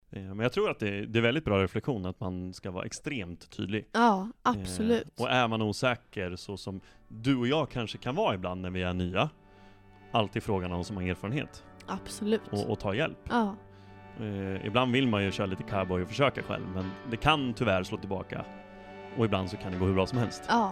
Men jag tror att det är väldigt bra reflektion att man ska vara extremt tydlig. Ja, absolut. Och är man osäker så som du och jag kanske kan vara ibland när vi är nya, alltid frågan om som har erfarenhet. Absolut. Och ta hjälp. Ja. Ibland vill man ju köra lite cowboy och försöka själv, men det kan tyvärr slå tillbaka. Och ibland så kan det gå hur bra som helst. Ja.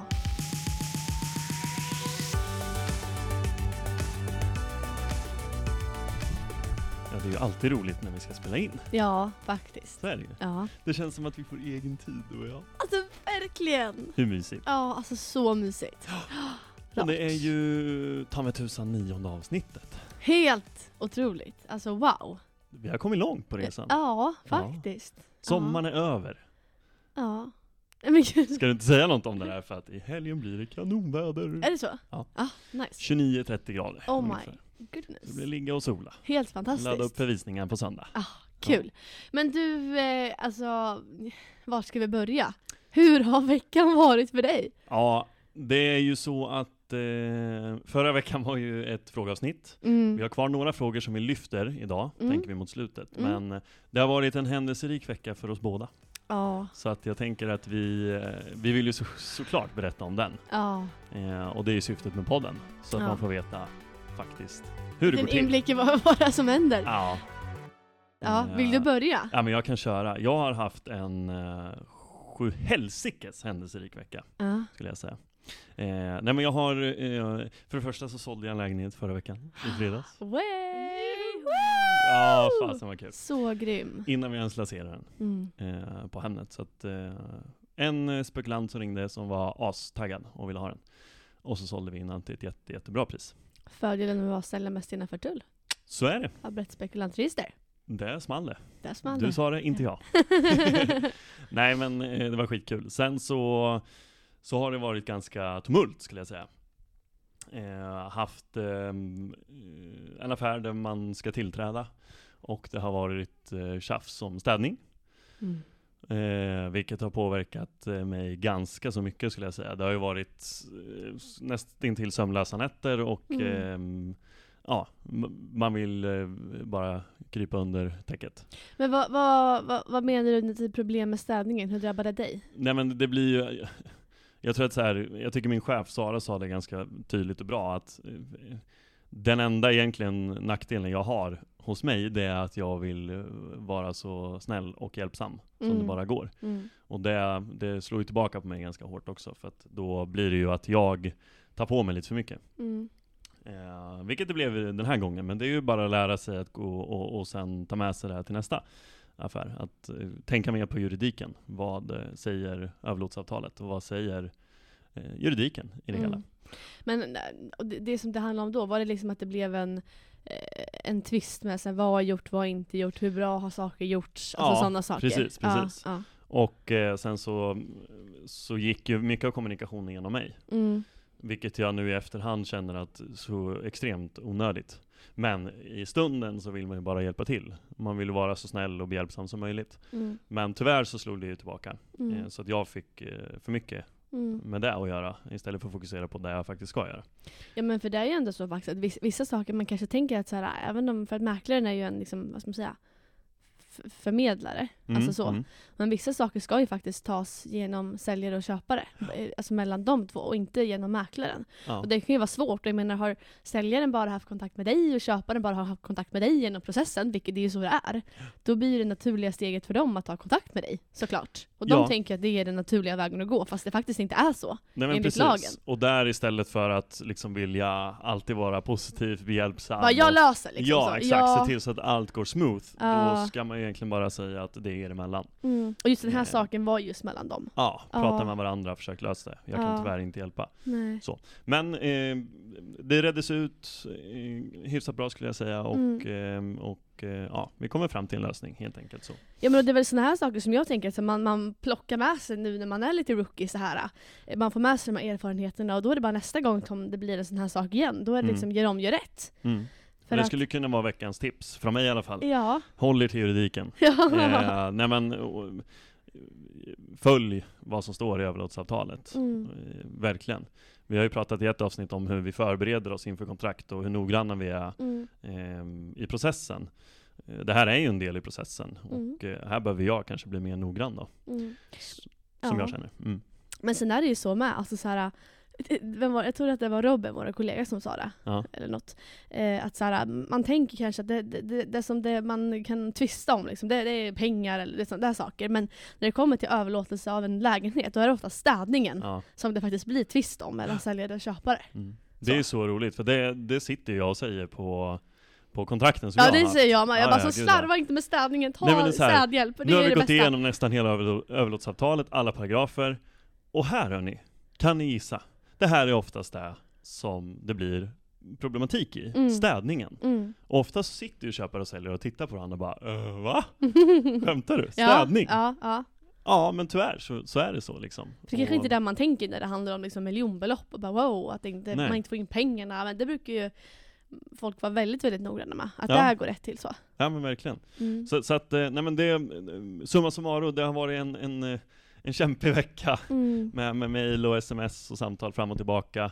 Ja, det är ju alltid roligt när vi ska spela in. Ja, faktiskt. Så är det ju. Ja. Det känns som att vi får egen tid, du och jag. Alltså, verkligen. Hur mysigt. Ja, alltså så mysigt. Och det är ju ta med tusan 9:e avsnittet. Helt otroligt. Alltså, wow. Vi har kommit långt på resan. Ja, faktiskt. Sommaren är över. Ja. Men gud. Ska du inte säga något om det där? För att i helgen blir det kanonväder. Är det så? Ja. Nice. 29-30 grader. Oh ungefär. my goodness. Det blir ligga och sola. Helt fantastiskt. Ladda upp förvisningar på söndag. Kul. Men du, alltså, var ska vi börja? Hur har veckan varit för dig? Ja, det är ju så att förra veckan var ju ett frågeavsnitt. Vi har kvar några frågor som vi lyfter idag, tänker vi mot slutet. Men det har varit en händelserik vecka för oss båda. Ja. Så att jag tänker att vi vill ju såklart berätta om den. Ja. Och det är ju syftet med podden. Så att man får veta faktiskt hur det går En till. inblick i vad det är som händer. Ja. Ja, vill du börja? Ja, men jag kan köra. Jag har haft en helsikes händelserik vecka, skulle jag säga. Nej, men jag har för det första så sålde jag en lägenhet förra veckan i fredags. Ja, fasen var kul. Så grym. Innan vi ens lanserade den på Hemnet. Så att en spekulant som ringde som var astaggad och ville ha den. Och så sålde vi innan till ett jättebra pris. Fördelen med att sälja mest innanför tull. Så är det. Av brett spekulantregister. Det small det. Du sa det, inte jag. Nej, men det var skitkul. Sen så har det varit ganska tumult, skulle jag säga. Haft en affär där man ska tillträda. Och det har varit tjafs om städning. Vilket har påverkat mig ganska så mycket, skulle jag säga. Det har ju varit nästintill sömnlösa nätter och man vill bara krypa under täcket. Men vad menar du med problem med städningen? Hur drabbar det dig? Nej, men det blir ju... Jag tror att så här, jag tycker min chef Sara sa det ganska tydligt och bra att den enda egentligen nackdelen jag har hos mig, det är att jag vill vara så snäll och hjälpsam som det bara går. Och det slår ju tillbaka på mig ganska hårt också, för att då blir det ju att jag tar på mig lite för mycket. Vilket det blev den här gången, men det är ju bara att lära sig att gå och sen ta med sig det här till nästa affär. Att tänka mer på juridiken. Vad säger överlåtsavtalet och vad säger juridiken i det hela? Men det som det handlar om då, var det liksom att det blev en twist med så här, vad har gjort, vad har inte gjort, hur bra har saker gjorts, alltså sådana saker. Precis. Ja. Och sen så gick ju mycket av kommunikationen genom mig. Vilket jag nu i efterhand känner att så extremt onödigt. Men i stunden så vill man ju bara hjälpa till. Man vill vara så snäll och behjälpsam som möjligt. Men tyvärr så slog det ju tillbaka. Så att jag fick för mycket med det att göra istället för att fokusera på det jag faktiskt ska göra. Ja, men för det är ju ändå så faktiskt att vissa saker man kanske tänker att så här, även om, för att mäklaren är ju en liksom, vad ska man säga, förmedlare, alltså så. Men vissa saker ska ju faktiskt tas genom säljare och köpare, alltså mellan de två och inte genom mäklaren. Och det kan ju vara svårt. Jag menar, har säljaren bara haft kontakt med dig och köparen bara har haft kontakt med dig genom processen, vilket det är ju så det är, då blir det naturliga steget för dem att ta kontakt med dig, såklart. Och de tänker att det är den naturliga vägen att gå, fast det faktiskt inte är så. Nej, men enligt precis. lagen. Och där istället för att liksom vilja alltid vara positiv, behjälpsam. Vad jag löser liksom. Ja, så. exakt. Se till så att allt går smooth. Då ska man ju egentligen bara säga att det är emellan. Och just den här saken var just mellan dem. Ja, prata med varandra, försök lösa det. Jag kan tyvärr inte hjälpa. Nej. Så. Men det reddes ut hyfsat bra, skulle jag säga. Och vi kommer fram till en lösning, helt enkelt så. Ja, men det är väl såna här saker som jag tänker att man plockar med sig nu när man är lite rookie så här. Man får med sig de här erfarenheterna och då är det bara nästa gång som det blir en sån här sak igen. Då är det liksom, gör om, gör rätt. Det skulle kunna vara veckans tips, från mig i alla fall. Ja. Håll er till juridiken. Nej, men följ vad som står i överlåtsavtalet. Verkligen. Vi har ju pratat i ett avsnitt om hur vi förbereder oss inför kontrakt och hur noggranna vi är i processen. det här är ju en del i processen. Och här behöver jag kanske bli mer noggrann då. Som jag känner. Men sen är det ju så med, alltså så här, jag tror att det var Robin, vår kollega, som sa det. Eller något. Att så här, man tänker kanske att det som det man kan tvista om, liksom, det är pengar eller sådana där saker. Men när det kommer till överlåtelse av en lägenhet, då är det ofta städningen som det faktiskt blir tvist om mellan säljare och köpare. Det är så roligt, för det sitter jag och säger på kontrakten som jag har det haft. Säger jag med. Jag bara, så slarva inte med städningen, ta städhjälp. Nu har vi gått igenom nästan hela överlåtsavtalet, alla paragrafer. Och här, hörni, kan ni gissa? Det här är oftast det som det blir problematik i. Städningen. Och oftast sitter ju köpare och säljare och tittar på varandra och bara, va? Skämtar du? Städning? Ja, men tyvärr så är det så liksom. Det kanske inte är det man tänker när det handlar om liksom miljonbelopp och bara wow, att man inte får in pengarna. Men det brukar ju folk vara väldigt, väldigt noggranna med. Att det här går rätt till så. Ja, men verkligen. Så att, nej men det, summa summarum, det har varit en kämpig vecka med mejl och sms och samtal fram och tillbaka.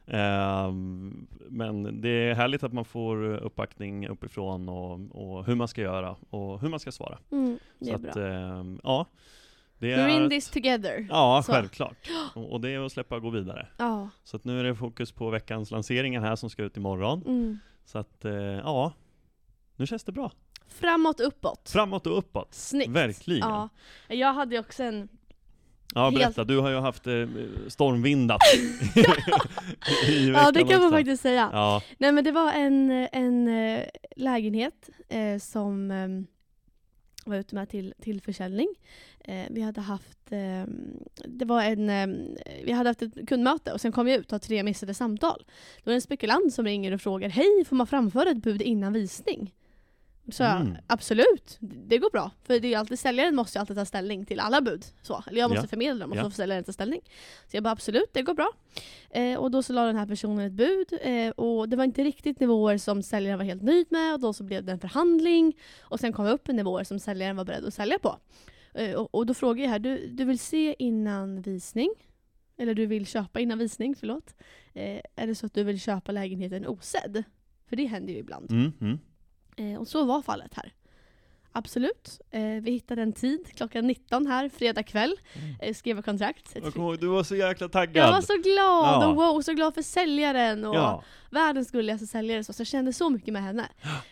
Men det är härligt att man får uppbackning uppifrån och hur man ska göra och hur man ska svara. Det är bra. Ja. We're in this together. Ja, självklart. Och det är att släppa och gå vidare. Så att nu är det fokus på veckans lanseringar här som ska ut imorgon. Så att, nu känns det bra. Framåt och uppåt. Snyggt. Verkligen. Ja. Jag hade också en... Ja, berätta. Du har ju haft stormvindat i veckan. Ja, det kan man faktiskt säga. Ja. Nej, men det var en lägenhet som var ute med till försäljning. Vi hade haft ett kundmöte och sen kom jag ut och har 3 missade samtal. Då är det en spekulant som ringer och frågar: hej, får man framföra ett bud innan visning? Så absolut, det går bra. För det är alltid, säljaren måste ju alltid ta ställning till alla bud. Så. Eller jag måste förmedla dem och så får säljaren ta ställning. Så jag bara absolut, det går bra. Och då så la den här personen ett bud. Och det var inte riktigt nivåer som säljaren var helt nöjd med. Och då så blev det en förhandling. Och sen kom jag upp i nivåer som säljaren var beredd att sälja på. Och då frågar jag här, du vill se innan visning? Eller du vill köpa innan visning, förlåt. Är det så att du vill köpa lägenheten osedd? För det händer ju ibland. Och så var fallet här. Absolut. Vi hittade en tid, klockan 19 här, fredag kväll. Skrev kontrakt. Du var så jäkla taggad. Jag var så glad och wow, så glad för säljaren. Och världens gulligaste säljare. Så jag kände så mycket med henne.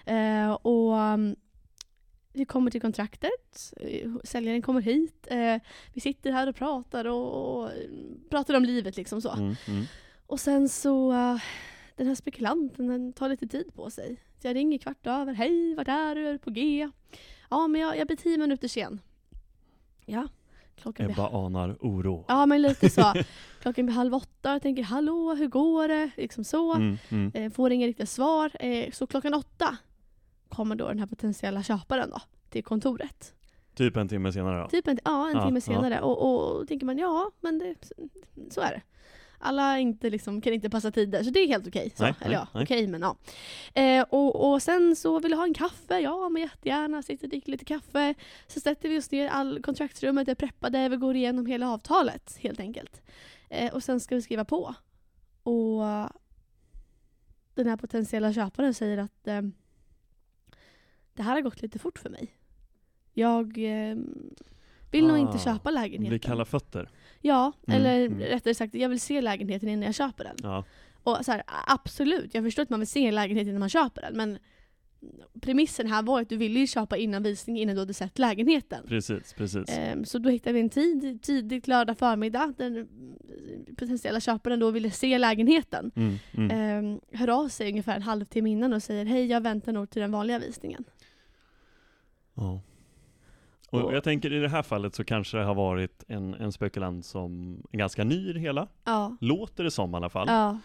Vi kommer till kontraktet. Säljaren kommer hit. Vi sitter här och pratar och pratar om livet liksom så. Och sen så den här spekulanten, den tar lite tid på sig. Så jag ringer 15:15. Hej, vart är du? Är du på G? Ja, men jag blir 10 minuter sen. Ja. Jag bara anar oro. Ja, men lite så. Klockan blir 7:30. Jag tänker, hallå, hur går det? Liksom så. Får inga riktiga svar. Så klockan 8 kommer då den här potentiella köparen då till kontoret. Typ en timme senare då? En timme senare. Och tänker man, men så är det. Alla kan inte passa tider, så det är helt okej. Okej, men ja. Och sen så vill jag ha en kaffe. Ja, men jättegärna. Sitter och dricker lite kaffe. Så sätter vi oss ner, kontraktsrummet är preppade. Vi går igenom hela avtalet, helt enkelt. Och sen ska vi skriva på. Och den här potentiella köparen säger att det här har gått lite fort för mig. Jag vill nog inte köpa lägenheten. Blir kalla fötter. Ja, eller rättare sagt, jag vill se lägenheten innan jag köper den. Ja. Och så här, absolut, jag förstår att man vill se en lägenhet innan man köper den, men premissen här var att du ville ju köpa innan visning, innan du hade sett lägenheten. Precis. Så då hittade vi en tidigt lördag förmiddag. Den potentiella köparen då ville se lägenheten. Hör av sig ungefär en halvtimme innan och säger: hej, jag väntar nog till den vanliga visningen. Ja. Och jag tänker i det här fallet så kanske det har varit en spekulant som är ganska ny i det hela. Ja. Låter det som i alla fall. Ja.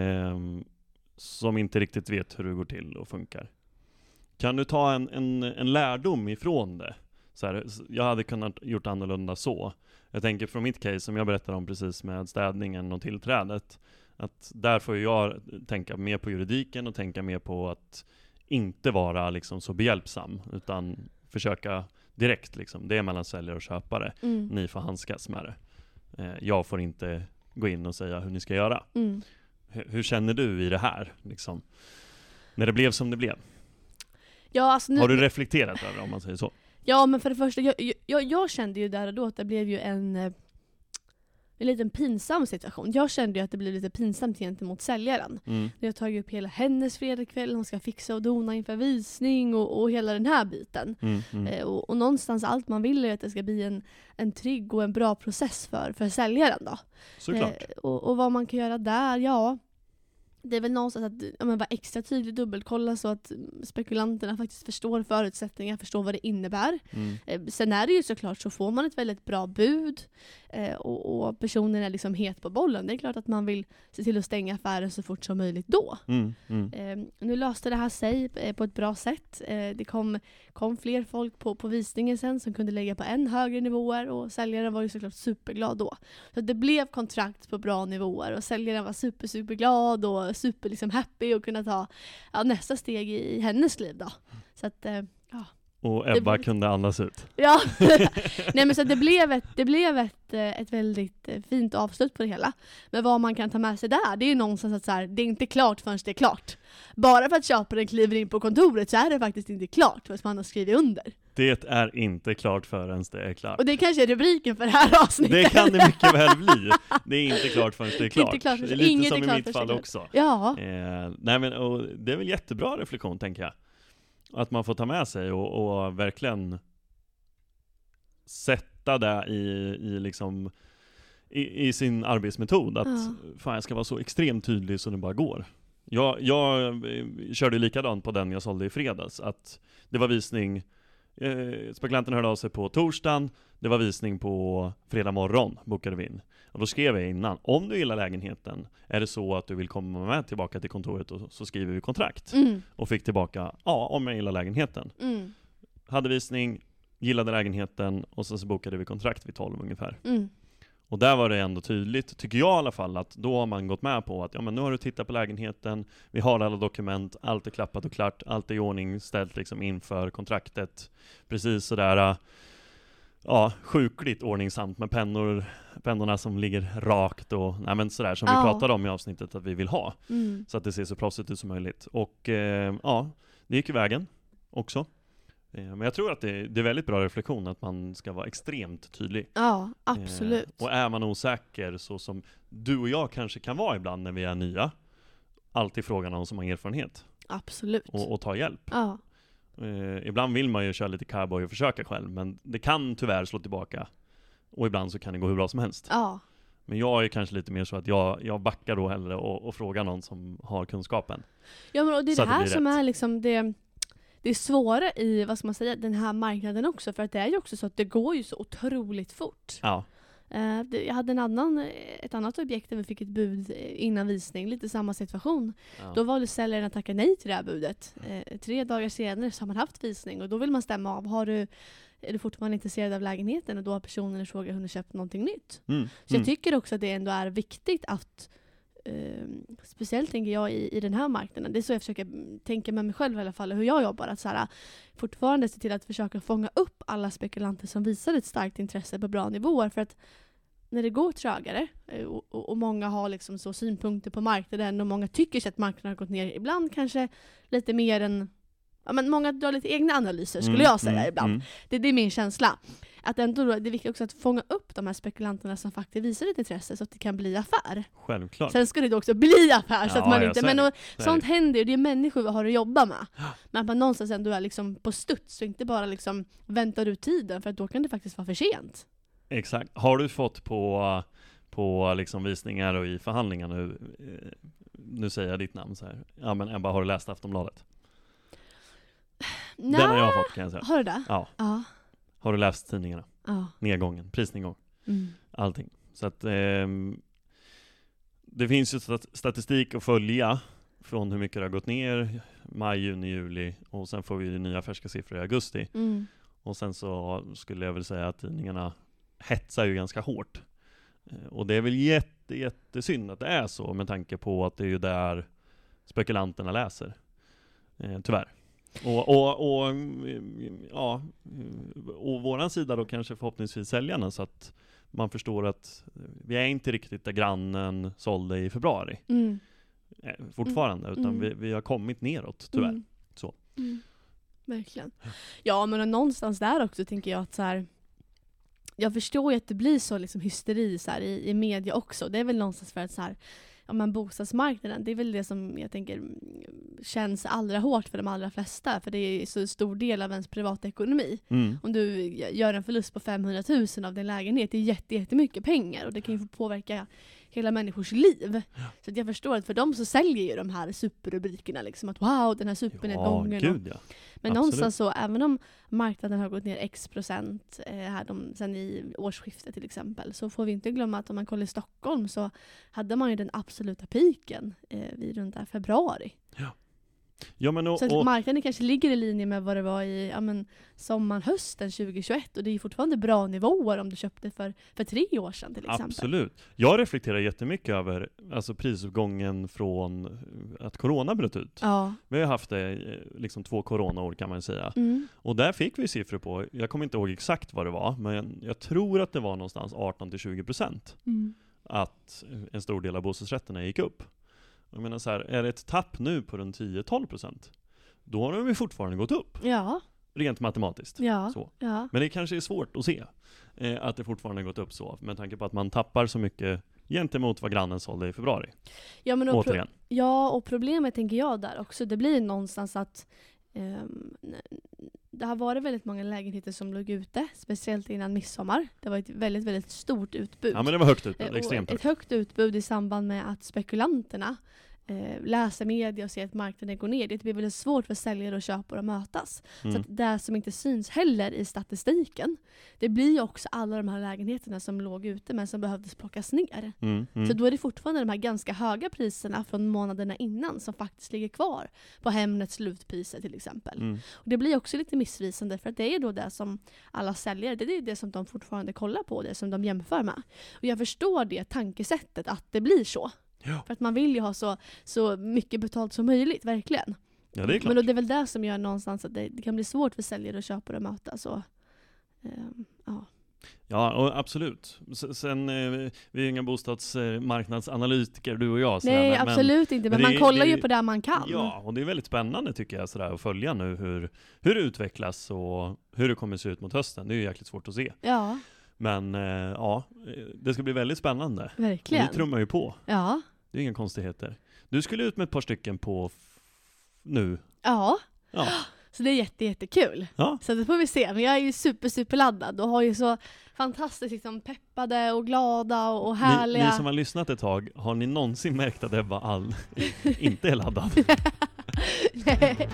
Som inte riktigt vet hur det går till och funkar. Kan du ta en lärdom ifrån det? Så här, jag hade kunnat gjort annorlunda så. Jag tänker från mitt case som jag berättade om precis med städningen och tillträdet. Att där får jag tänka mer på juridiken och tänka mer på att inte vara liksom så behjälpsam. Utan försöka direkt liksom. Det är mellan säljare och köpare. Ni får handskas med det. Jag får inte gå in och säga hur ni ska göra. Hur känner du i det här? Liksom, när det blev som det blev? Ja, alltså Har du reflekterat över om man säger så? Ja, men för det första, jag kände ju där och då att det blev ju en liten pinsam situation. Jag kände ju att det blev lite pinsamt gentemot säljaren. Jag har tagit upp hela hennes fredagkväll, hon ska fixa och dona inför visning och hela den här biten. Och någonstans allt man vill är att det ska bli en trygg och en bra process för säljaren då. Såklart. Och vad man kan göra där, ja. Det är väl någonstans att vara extra tydlig, dubbelkolla så att spekulanterna faktiskt förstår förutsättningar, förstår vad det innebär. Sen är det ju såklart så får man ett väldigt bra bud och personen är liksom het på bollen. Det är klart att man vill se till att stänga affären så fort som möjligt då. Nu löste det här sig på ett bra sätt. Det kom fler folk på visningen sen som kunde lägga på än högre nivåer och säljaren var ju såklart superglad då. Så det blev kontrakt på bra nivåer och säljaren var superglad och super liksom happy och kunna ta nästa steg i hennes liv då. Så att och Ebba kunde andas ut. Ja. Nej, men så det blev ett väldigt fint avslut på det hela. Men vad man kan ta med sig där, det är ju någonstans att så här, det är inte klart förrän det är klart. Bara för att köparen kliver in på kontoret så är det faktiskt inte klart vad man har skrivit under. Det är inte klart förrän det är klart. Och det kanske är rubriken för det här avsnittet. Det kan det mycket väl bli. Det är inte klart förrän det är klart. Inte klart, det är lite inget som är i klart mitt fall också. Ja. Nej, men, och det är väl jättebra reflektion, tänker jag. Att man får ta med sig och verkligen sätta det liksom i sin arbetsmetod. Att fan, jag ska vara så extremt tydlig så det bara går. Jag körde likadant på den jag sålde i fredags. Att det var visning, spekulanten hörde av sig på torsdagen, det var visning på fredag morgon, bokade vi in. Och då skrev jag innan, om du gillar lägenheten, är det så att du vill komma med tillbaka till kontoret och så skriver vi kontrakt. Och fick tillbaka, om jag gillar lägenheten. Hade visning, gillade lägenheten och så bokade vi kontrakt vid 12 ungefär. Och där var det ändå tydligt, tycker jag i alla fall, att då har man gått med på att men nu har du tittat på lägenheten, vi har alla dokument, allt är klappat och klart, allt är i ordning ställt liksom inför kontraktet. Precis sådär, sjukligt ordningsamt med pennorna som ligger rakt och sådär som vi pratade om i avsnittet att vi vill ha. Så att det ser så proffsigt ut som möjligt. Och det gick ju vägen också. Men jag tror att det är väldigt bra reflektion att man ska vara extremt tydlig. Ja, absolut. Och är man osäker så som du och jag kanske kan vara ibland när vi är nya, alltid frågan om som har erfarenhet. Absolut. Och ta hjälp. Ja. Ibland vill man ju köra lite cowboy och försöka själv, men det kan tyvärr slå tillbaka. Och ibland så kan det gå hur bra som helst. Ja. Men jag är kanske lite mer så att jag backar då hellre och frågar någon som har kunskapen. Ja, men och det är det här som är liksom det är svåra i, vad ska man säga, den här marknaden också. För att det är ju också så att det går ju så otroligt fort. Ja. Jag hade ett annat objekt där vi fick ett bud innan visning, lite samma situation. Ja. Då valde säljaren att tacka nej till det här budet. 3 dagar senare så har man haft visning och då vill man stämma av. Är du fortfarande intresserad av lägenheten och då har personen i fråga hunnit köpt någonting nytt. Så jag tycker också att det ändå är viktigt att speciellt tänker jag i den här marknaden. Det är så jag försöker tänka med mig själv i alla fall, hur jag jobbar. Att så här, fortfarande se till att försöka fånga upp alla spekulanter som visar ett starkt intresse på bra nivåer. För att när det går trögare och många har liksom så synpunkter på marknaden och många tycker sig att marknaden har gått ner ibland kanske lite mer än många drar lite egna analyser skulle jag säga ibland. Det är min känsla. Att ändå då, det är viktigt också att fånga upp de här spekulanterna som faktiskt visar ett intresse så att det kan bli affär. Självklart. Sen ska det då också bli affär så att man inte... Men sånt händer ju, det är människor vi har att jobba med. Men att man någonstans ändå är liksom på studs och inte bara liksom väntar ut tiden för att då kan det faktiskt vara för sent. Exakt. Har du fått på liksom visningar och i förhandlingar nu säger jag ditt namn så här. Ja, men Ebba, har du läst Aftonbladet? Den har jag fått, kan jag säga. Har du det? Ja. Har du läst tidningarna? Ja. Nedgången, prisnedgång. Allting. Så att det finns ju statistik att följa från hur mycket det har gått ner maj, juni, juli och sen får vi nya färska siffror i augusti. Och sen så skulle jag väl säga att tidningarna hetsar ju ganska hårt. Och det är väl jättesynd att det är så med tanke på att det är ju där spekulanterna läser. Tyvärr. Och våran sida då kanske förhoppningsvis säljarna så att man förstår att vi är inte riktigt där grannen sålde i februari. Fortfarande, utan vi har kommit neråt tyvärr. Så. Verkligen. Ja, men någonstans där också tänker jag att så här, jag förstår ju att det blir så liksom hysteri så här, i media också. Det är väl någonstans för att så här, ja, men bostadsmarknaden, det är väl det som jag tänker känns allra hårt för de allra flesta. För det är så stor del av ens privatekonomi. Om du gör en förlust på 500 000 av din lägenhet, det är jättemycket pengar. Och det kan ju få påverka hela människors liv. Ja. Så att jag förstår att för dem så säljer ju de här superrubrikerna liksom att wow, den här supernedgången. Ja, men absolut. någonstans så, även om marknaden har gått ner x% här sen i årsskiftet till exempel, så får vi inte glömma att om man kollar i Stockholm så hade man ju den absoluta piken vid runt där februari. Ja. Ja, men så marknaden kanske ligger i linje med vad det var i sommaren, hösten 2021, och det är fortfarande bra nivåer om du köpte för 3 år sedan till exempel. Absolut. Jag reflekterar jättemycket över alltså prisuppgången från att corona bröt ut. Ja. Vi har haft det liksom 2 coronaår kan man säga. Och där fick vi siffror på, jag kommer inte ihåg exakt vad det var, men jag tror att det var någonstans 18-20% att en stor del av bostadsrätterna gick upp. Jag menar så här, är det ett tapp nu på runt 10-12%, då har de ju fortfarande gått upp. Ja. Rent matematiskt. Ja. Så. Ja. Men det kanske är svårt att se att det fortfarande har gått upp så, med tanke på att man tappar så mycket gentemot vad grannen sålde i februari. Ja, men återigen. Och problemet tänker jag där också, det blir någonstans att det har varit väldigt många lägenheter som låg ute, speciellt innan midsommar. Det var ett väldigt, väldigt stort utbud. Ja, men det var högt utbud, extremt högt. Ett högt utbud i samband med att spekulanterna läser media och ser att marknaden går ner. Det blir väldigt svårt för säljare och köpare att mötas. Så att det som inte syns heller i statistiken, det blir ju också alla de här lägenheterna som låg ute men som behövdes plockas ner. Så då är det fortfarande de här ganska höga priserna från månaderna innan som faktiskt ligger kvar på Hemnets slutpriser till exempel. Och det blir också lite missvisande, för att det är då det som alla säljare, det är det som de fortfarande kollar på, det som de jämför med. Och jag förstår det tankesättet att det blir så. Ja. För att man vill ju ha så mycket betalt som möjligt, verkligen. Ja, det är klart. Men det är väl det som gör någonstans att det kan bli svårt för säljare och köpare att mötas. Ja. Ja, och absolut. Sen, vi är inga bostadsmarknadsanalytiker, du och jag. Nej, absolut inte. Men man kollar ju på det man kan. Ja, och det är väldigt spännande tycker jag sådär, att följa nu hur det utvecklas och hur det kommer se ut mot hösten. Det är ju jäkligt svårt att se. Ja. Men ja, det ska bli väldigt spännande. Verkligen. Vi trummar ju på. Ja. Det är inga konstigheter. Du skulle ut med ett par stycken på nu. Ja. Ja. Så det är jättekul. Ja. Så det får vi se. Men jag är ju superladdad och har ju så fantastiskt liksom peppade och glada och härliga. Ni som har lyssnat ett tag, har ni någonsin märkt att Ebba inte är laddad? Nej.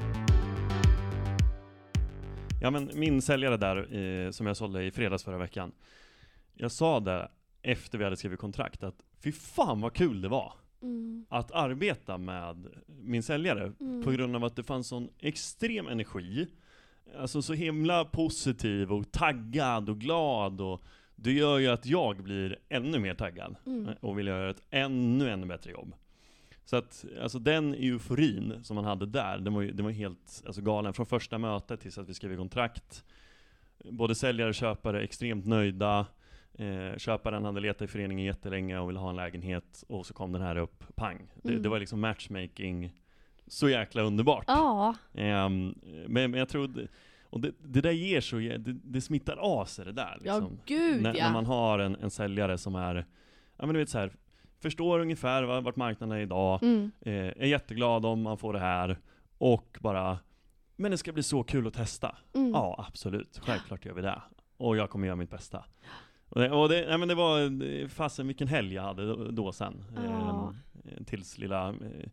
Ja, men min säljare där som jag sålde i fredags förra veckan. Jag sa det efter vi hade skrivit kontrakt att fy fan vad kul det var att arbeta med min säljare på grund av att det fanns sån extrem energi. Alltså så himla positiv och taggad och glad, och det gör ju att jag blir ännu mer taggad och vill göra ett ännu bättre jobb. Så att alltså den euforin som man hade där, den var helt alltså galen från första mötet tills att vi skrev kontrakt. Både säljare och köpare extremt nöjda. Köparen hade letat i föreningen jättelänge och ville ha en lägenhet, och så kom den här upp, pang. Det var liksom matchmaking, så jäkla underbart. Ja. Men jag tror och det där ger så det smittar av sig det där liksom. Ja, gud när man har en säljare som är, ja men du vet så här, förstår ungefär vart marknaden är idag, är jätteglad om man får det här, och bara, men det ska bli så kul att testa. Ja, absolut. Självklart gör vi det. Och jag kommer göra mitt bästa. Men det var fasen vilken helg jag hade då sen. Tills lilla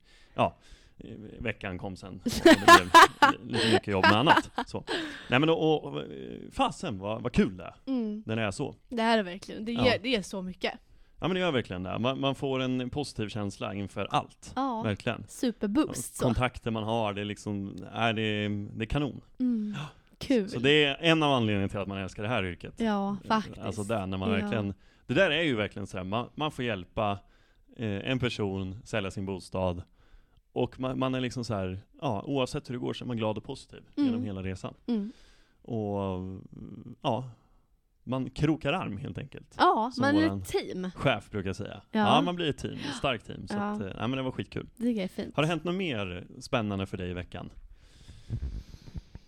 veckan kom sen. Och det blev lite mycket jobb med annat. Så. Nej men fasen vad kul det är. Den är så. Det är det verkligen. Det är så mycket. Ja, men det gör verkligen det. Man får en positiv känsla inför allt. Ja, verkligen. Superboost. Kontakter man har, det är liksom, det är kanon. Ja. Kul. Så det är en av anledningarna till att man älskar det här yrket. Ja, faktiskt. Alltså där, när man verkligen, det där är ju verkligen så här, man får hjälpa en person sälja sin bostad, och man är liksom så här, ja, oavsett hur det går så är man glad och positiv genom hela resan. Och ja, man krokar arm helt enkelt. Ja, man är ett team. Chef brukar säga. Ja, man blir ett team, ett starkt team. Så att, men det var skitkul. Det är fint. Har det hänt något mer spännande för dig i veckan?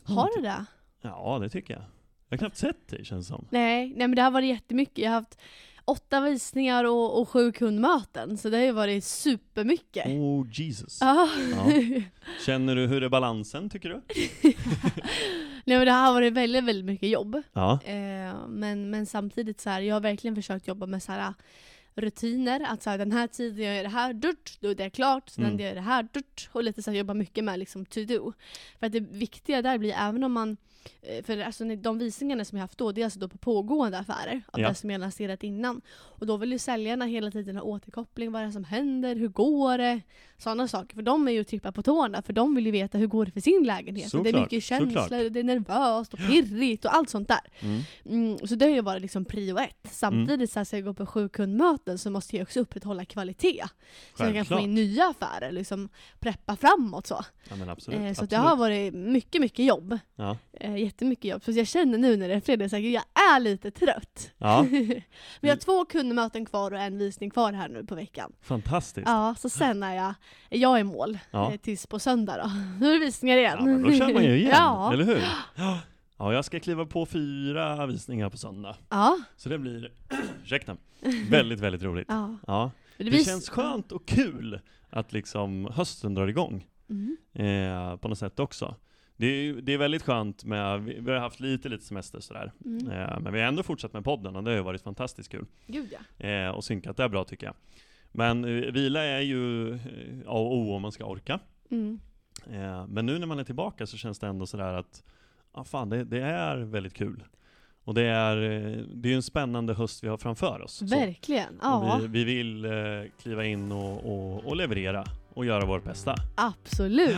Har du det? Ja, det tycker jag. Jag har knappt sett det, känns som. Nej, men det har varit jättemycket. Jag har haft 8 visningar och 7 kundmöten. Så det har ju varit supermycket. Oh, Jesus. Ja. Känner du, hur är balansen, tycker du? Nej, men det har varit väldigt, väldigt mycket jobb. Ja. Men samtidigt så här, jag har verkligen försökt jobba med så här rutiner. Att så här, den här tiden jag gör det här, då är det klart. Så den gör det här, och lite så här, jobba mycket med liksom to do. För att det viktiga där blir, även om man, för alltså, de visningarna som jag haft då, det är alltså då på pågående affärer av det som jag lanserat innan. Och då vill ju säljarna hela tiden ha återkoppling, vad är det som händer, hur går det, sådana saker. För de är ju trippa på tårna, för de vill ju veta hur går det för sin lägenhet. Såklart, det är mycket känslor, det är nervöst och pirrigt och allt sånt där. Så det har ju varit liksom prio 1. Samtidigt så jag går på 7 kundmöten, så måste jag också upprätthålla kvalitet. Så jag kan få in nya affärer, liksom preppa framåt så. Ja, men absolut, så det har varit mycket, mycket jobb. Ja. Jättemycket jobb. Så jag känner nu när det är fredag, så jag är lite trött. Ja. Vi har 2 kundmöten kvar och en visning kvar här nu på veckan. Fantastiskt. Ja, så sen är jag i mål tills på söndag då. Nu är det visningar igen. Ja, men då kör man ju igen, eller hur? Ja, jag ska kliva på 4 visningar på söndag. Ja. Så det blir, ursäkta, väldigt, väldigt roligt. Ja. Det känns skönt och kul att liksom hösten drar igång. På något sätt också. Det är väldigt skönt med, vi har haft lite semester sådär. Men vi har ändå fortsatt med podden och det har ju varit fantastiskt kul. Gud ja. Och synkat, det är bra tycker jag. Men vila är ju A och O om man ska orka. Men nu när man är tillbaka så känns det ändå sådär att det är väldigt kul. Och det är ju en spännande höst vi har framför oss. Verkligen, ja. Vi vill kliva in och leverera och göra vårt bästa. Absolut.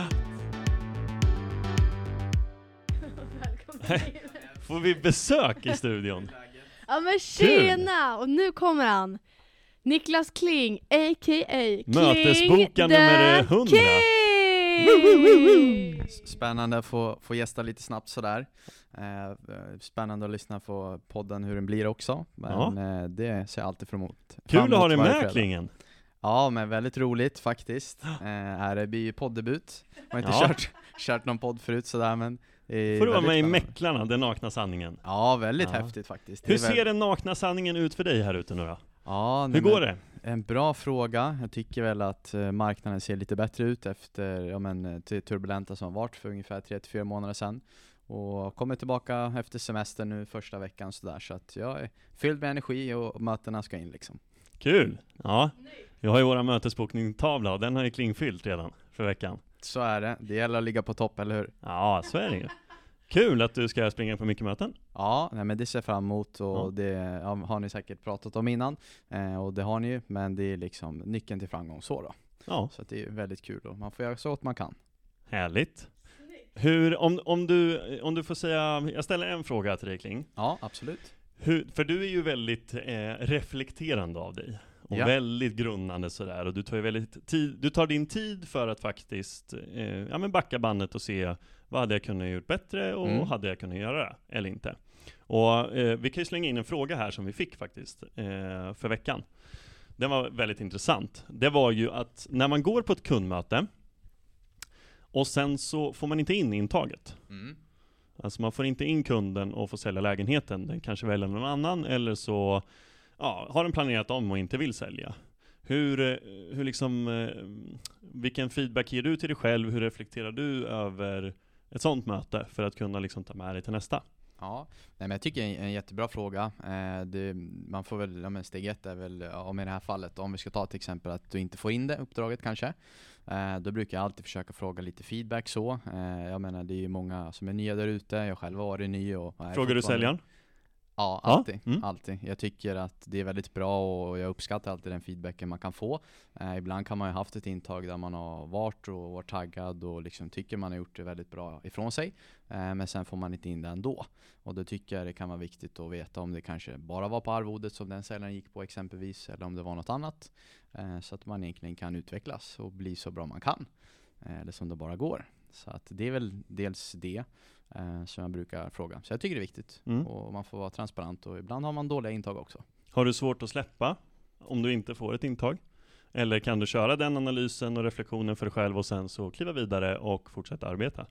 Får vi besök i studion? Ja men tjena! Och nu kommer han. Niklas Kling, a.k.a. Mötesboka nummer 100. Spännande att få gästa lite snabbt sådär. Spännande att lyssna på podden hur den blir också. Men det ser jag alltid fram emot. Kul att ha dig med, Klingen. Ja, men väldigt roligt faktiskt. Det blir ju poddebut. Jag har inte kört någon podd förut sådär, men får du vara med i Mäcklarna, den nakna sanningen. Ja, väldigt häftigt faktiskt. Hur ser den nakna sanningen ut för dig här ute nu då? Ja, hur går det? En bra fråga. Jag tycker väl att marknaden ser lite bättre ut efter turbulenta som varit för ungefär 3-4 månader sedan. Och kommer tillbaka efter semester nu första veckan sådär. Så att jag är fylld med energi och mötena ska in liksom. Kul! Ja, vi har ju våra mötesbokningstavla och den har ju klingfyllt redan för veckan. Så är det. Det gäller att ligga på topp, eller hur? Ja, så är det ju. Kul att du ska springa på mycket möten. Ja, men det ser jag fram emot och det har ni säkert pratat om innan. Och det har ni ju, men det är liksom nyckeln till framgång så då. Ja. Så att det är väldigt kul och man får göra så att man kan. Härligt. Om du får säga, jag ställer en fråga till dig, Kling. Ja, absolut. För du är ju väldigt reflekterande av dig. Och väldigt grundande sådär. Och du tar din tid för att faktiskt backa bandet och se vad hade jag kunnat gjort bättre och hade jag kunnat göra det eller inte. Och vi kan ju slänga in en fråga här som vi fick faktiskt för veckan. Den var väldigt intressant. Det var ju att när man går på ett kundmöte och sen så får man inte in intaget. Alltså man får inte in kunden och får sälja lägenheten. Den kanske väljer någon annan eller så har den planerat om och inte vill sälja. Hur liksom, vilken feedback ger du till dig själv? Hur reflekterar du över ett sånt möte för att kunna liksom ta med dig till nästa? Ja, men jag tycker det är en jättebra fråga. Man får väl, steg 1 är väl, om i det här fallet, om vi ska ta till exempel att du inte får in det uppdraget kanske. Då brukar jag alltid försöka fråga lite feedback så. Jag menar, det är ju många som är nya där ute. Jag själv har varit ny. Frågar du säljaren? Ja, alltid. Alltid. Jag tycker att det är väldigt bra och jag uppskattar alltid den feedbacken man kan få. Ibland kan man ju haft ett intag där man har varit taggad och liksom tycker man har gjort det väldigt bra ifrån sig. Men sen får man inte in det ändå. Och då tycker jag det kan vara viktigt att veta om det kanske bara var på arvodet som den säljaren gick på exempelvis, eller om det var något annat. Så att man egentligen kan utvecklas och bli så bra man kan. Eller som det bara går. Så att det är väl dels det som jag brukar fråga. Så jag tycker det är viktigt. Och man får vara transparent och ibland har man dåliga intag också. Har du svårt att släppa om du inte får ett intag? Eller kan du köra den analysen och reflektionen för dig själv och sen så kliva vidare och fortsätta arbeta?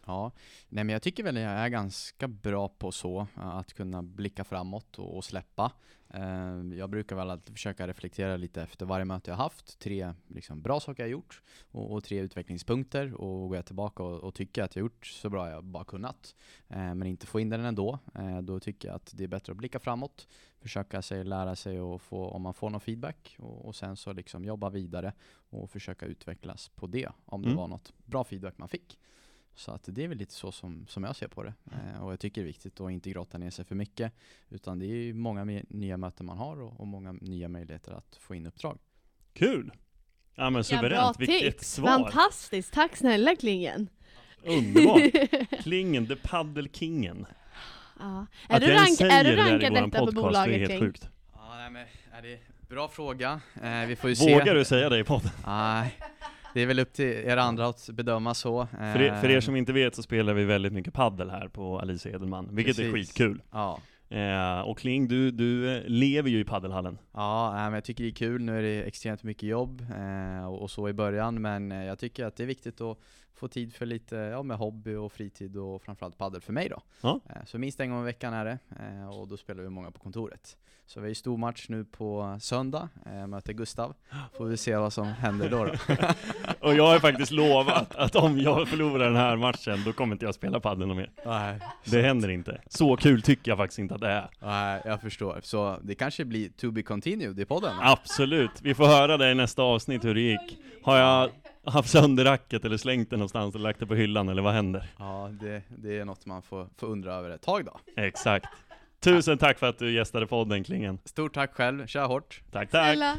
Ja, nej men jag tycker väl jag är ganska bra på så, att kunna blicka framåt och släppa. Jag brukar väl alltid försöka reflektera lite efter varje möte jag haft. 3 liksom bra saker jag gjort och 3 utvecklingspunkter, och går jag tillbaka och tycker att jag gjort så bra jag bara kunnat, men inte få in den ändå, då tycker jag att det är bättre att blicka framåt, försöka sig lära sig och få, om man får någon feedback, och sen så liksom jobba vidare och försöka utvecklas på det, om det var något bra feedback man fick. Så att det är väl lite så som jag ser på det. Och jag tycker det är viktigt att inte grotta ner sig för mycket. Utan det är ju många nya möten man har och många nya möjligheter att få in uppdrag. Kul! Ja men suveränt, vilket svar! Fantastiskt, tack snälla Klingen! Underbart! Klingen, the paddelkingen. Ja. Är du rankad detta på bolaget, är helt sjukt. Ja, nej, men är det bra fråga. Vi får ju se. Vågar du säga det i podden? Nej. Det är väl upp till er andra att bedöma så. För er som inte vet så spelar vi väldigt mycket paddel här på Alice Edelman, vilket är skitkul. Ja. Och Kling, du lever ju i paddelhallen. Ja, men jag tycker det är kul. Nu är det extremt mycket jobb och så i början, men jag tycker att det är viktigt att få tid för lite med hobby och fritid, och framförallt paddel för mig då. Ja. Så minst en gång i veckan är det, och då spelar vi många på kontoret. Så vi är stor match nu på söndag, möter Gustav. Får vi se vad som händer då. Och jag har faktiskt lovat att om jag förlorar den här matchen, då kommer inte jag spela paddel mer. Nej, det händer inte. Så kul tycker jag faktiskt inte att det är. Nej, jag förstår. Så det kanske blir to be continued i podden. Absolut. Vi får höra det i nästa avsnitt hur det gick. Har jag haft sönder racket eller slängt det någonstans och lagt det på hyllan, eller vad händer? Ja, det är något man får undra över ett tag då. Exakt. Tusen tack för att du gästade podden, Klingen. Stort tack själv, kör hårt. Tack. Snälla.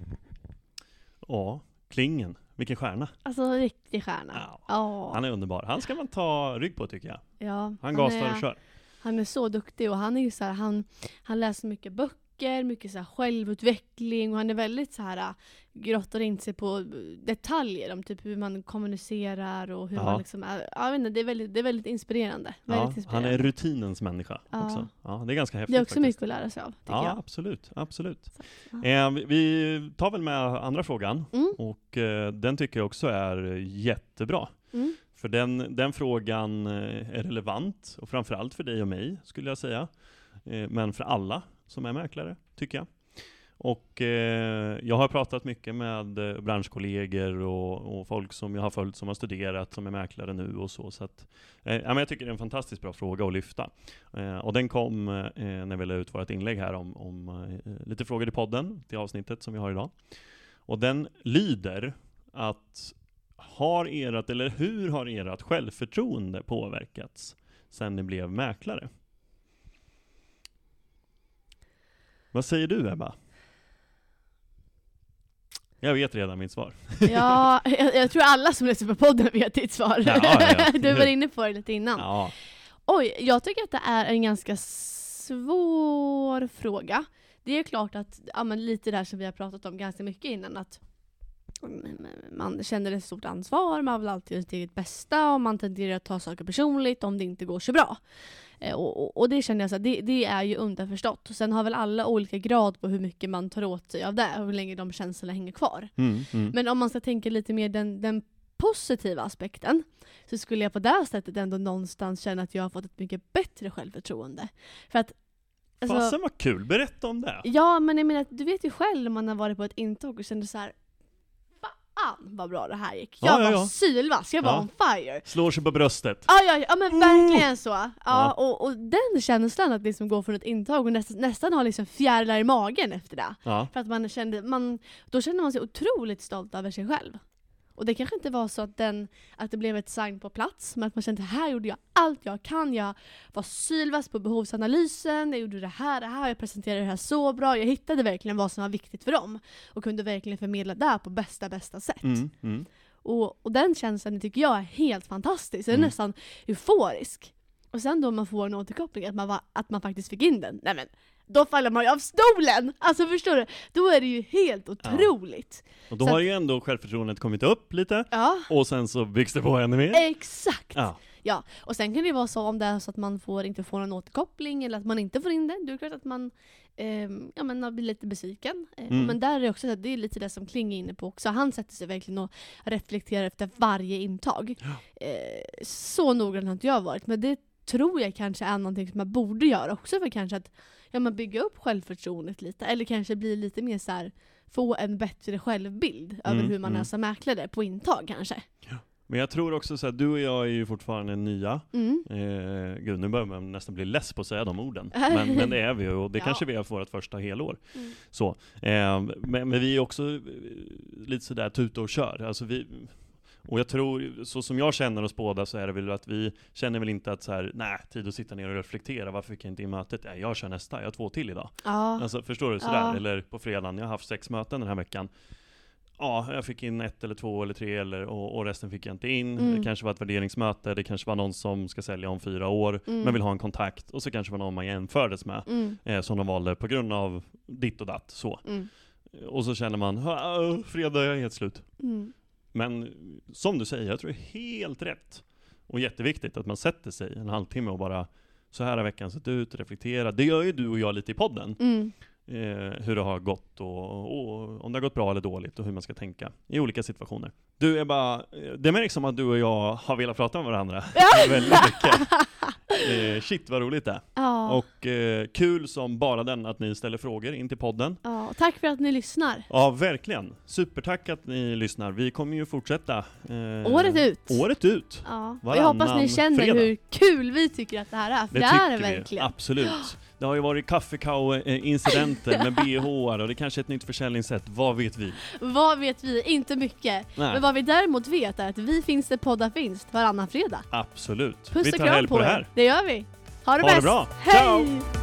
Ja, Klingen, vilken stjärna. Alltså riktig stjärna. Ja. Han är underbar. Han ska man ta rygg på, tycker jag. Ja, han gasar och kör. Han är så duktig, och han är ju så här, han läser mycket böcker, mycket så här självutveckling, och han är väldigt så här grottar in sig på detaljer om typ hur man kommunicerar och hur man liksom är. Jag vet inte, det är väldigt inspirerande. Väldigt inspirerande. Han är rutinens människa också. Ja, det är ganska häftigt. Det är också faktiskt mycket att lära sig av, tycker jag. Absolut. Så, ja. Vi tar väl med andra frågan, och den tycker jag också är jättebra. För den frågan är relevant, och framförallt för dig och mig skulle jag säga. Men för alla som är mäklare, tycker jag. Och jag har pratat mycket med branschkollegor och folk som jag har följt, som har studerat, som är mäklare nu och så. Så att, men jag tycker det är en fantastiskt bra fråga att lyfta. Och den kom när vi la ut vårt inlägg här om lite frågor i podden till avsnittet som vi har idag. Och den lyder att hur har ert självförtroende påverkats sen ni blev mäklare? Vad säger du, Ebba? Jag vet redan mitt svar. Ja, jag tror alla som läser på podden vet ditt svar. Ja. Du var inne på det lite innan. Ja. Oj, jag tycker att det är en ganska svår fråga. Det är klart att, lite där som vi har pratat om ganska mycket innan, att man känner ett stort ansvar, man vill alltid göra sitt eget bästa, och man tenderar att ta saker personligt om det inte går så bra. Och det känner jag så att det är ju underförstått. Och sen har väl alla olika grad på hur mycket man tar åt sig av det och hur länge de känslorna hänger kvar. Men om man ska tänka lite mer den positiva aspekten, så skulle jag på det här sättet ändå någonstans känna att jag har fått ett mycket bättre självförtroende. För att Fasen var kul, berätta om det. Ja, men jag menar, du vet ju själv om man har varit på ett intag och kände så här: vad bra det här gick. Jag var sylvass, jag var on fire. Slår sig på bröstet. Ja, men verkligen så. Ja. Och den känslan att liksom gå från ett intag och nästan ha liksom fjärilar i magen efter det. Ja. För att då kände man sig otroligt stolt över sig själv. Och det kanske inte var så att det blev ett sign på plats, men att man kände, här gjorde jag allt jag kan. Jag var sylvass på behovsanalysen, jag gjorde det här, jag presenterade det här så bra. Jag hittade verkligen vad som var viktigt för dem och kunde verkligen förmedla det på bästa sätt. Och den känslan tycker jag är helt fantastisk. Den är nästan euforisk. Och sen då man får en återkoppling att man faktiskt fick in den. Nej men, då faller man ju av stolen. Alltså förstår du? Då är det ju helt otroligt. Ja. Och då har ju ändå självförtroendet kommit upp lite. Ja. Och sen så byggs det på ännu mer. Exakt. Ja. Ja, och sen kan det vara så om det är så att man inte får någon återkoppling eller att man inte får in det. Det är klart att man blir lite besviken. Men där är det också så att det är lite det som Kling är inne på också. Han sätter sig verkligen och reflekterar efter varje intag. Så noggrant har inte jag varit, men det tror jag kanske är någonting som man borde göra också för kanske att man bygga upp självförtroendet lite. Eller kanske bli lite mer så här, få en bättre självbild över hur man är som mäklare på intag kanske. Ja. Men jag tror också så att du och jag är ju fortfarande nya. Gud, nu börjar man nästan bli less på att säga de orden. Men det är vi ju, och det kanske vi är för vårt första helår. Så, men vi är också lite sådär tuta och kör. Alltså och jag tror, så som jag känner oss båda, så är det väl att vi känner väl inte att så här, nej, tid att sitta ner och reflektera, varför fick jag inte i mötet? Jag kör nästa, jag har 2 till idag. Alltså, förstår du? Sådär. Eller på fredagen, jag har haft 6 möten den här veckan. Ja, jag fick in 1 eller 2 eller 3 och resten fick jag inte in. Det kanske var ett värderingsmöte, det kanske var någon som ska sälja om 4 år, men vill ha en kontakt. Och så kanske var någon man jämfördes med, som de valde på grund av ditt och datt. Så. Och så känner man, fredag är helt slut. Men som du säger, jag tror det är helt rätt och jätteviktigt att man sätter sig en halvtimme och bara, så här har veckan sett ut, reflektera. Det gör ju du och jag lite i podden. Hur det har gått och om det har gått bra eller dåligt och hur man ska tänka i olika situationer. Du är bara, det märks som att du och jag har velat prata med varandra väldigt mycket. Shit vad roligt det är. Och kul som bara den att ni ställer frågor in till podden. Tack för att ni lyssnar. Ja, verkligen. Supertack att ni lyssnar. Vi kommer ju fortsätta året ut. Jag hoppas ni känner hur kul vi tycker att det här är. För det är det verkligen. Absolut. Det har ju varit kaffekao-incidenter med BHR och det är kanske ett nytt försäljningssätt. Vad vet vi? Vad vet vi? Inte mycket. Nej. Men vad vi däremot vet är att vi finns det poddar finns varannan fredag. Absolut. Puss och kram på er. Det gör vi. Ha det bäst. Bra. Hej! Ciao!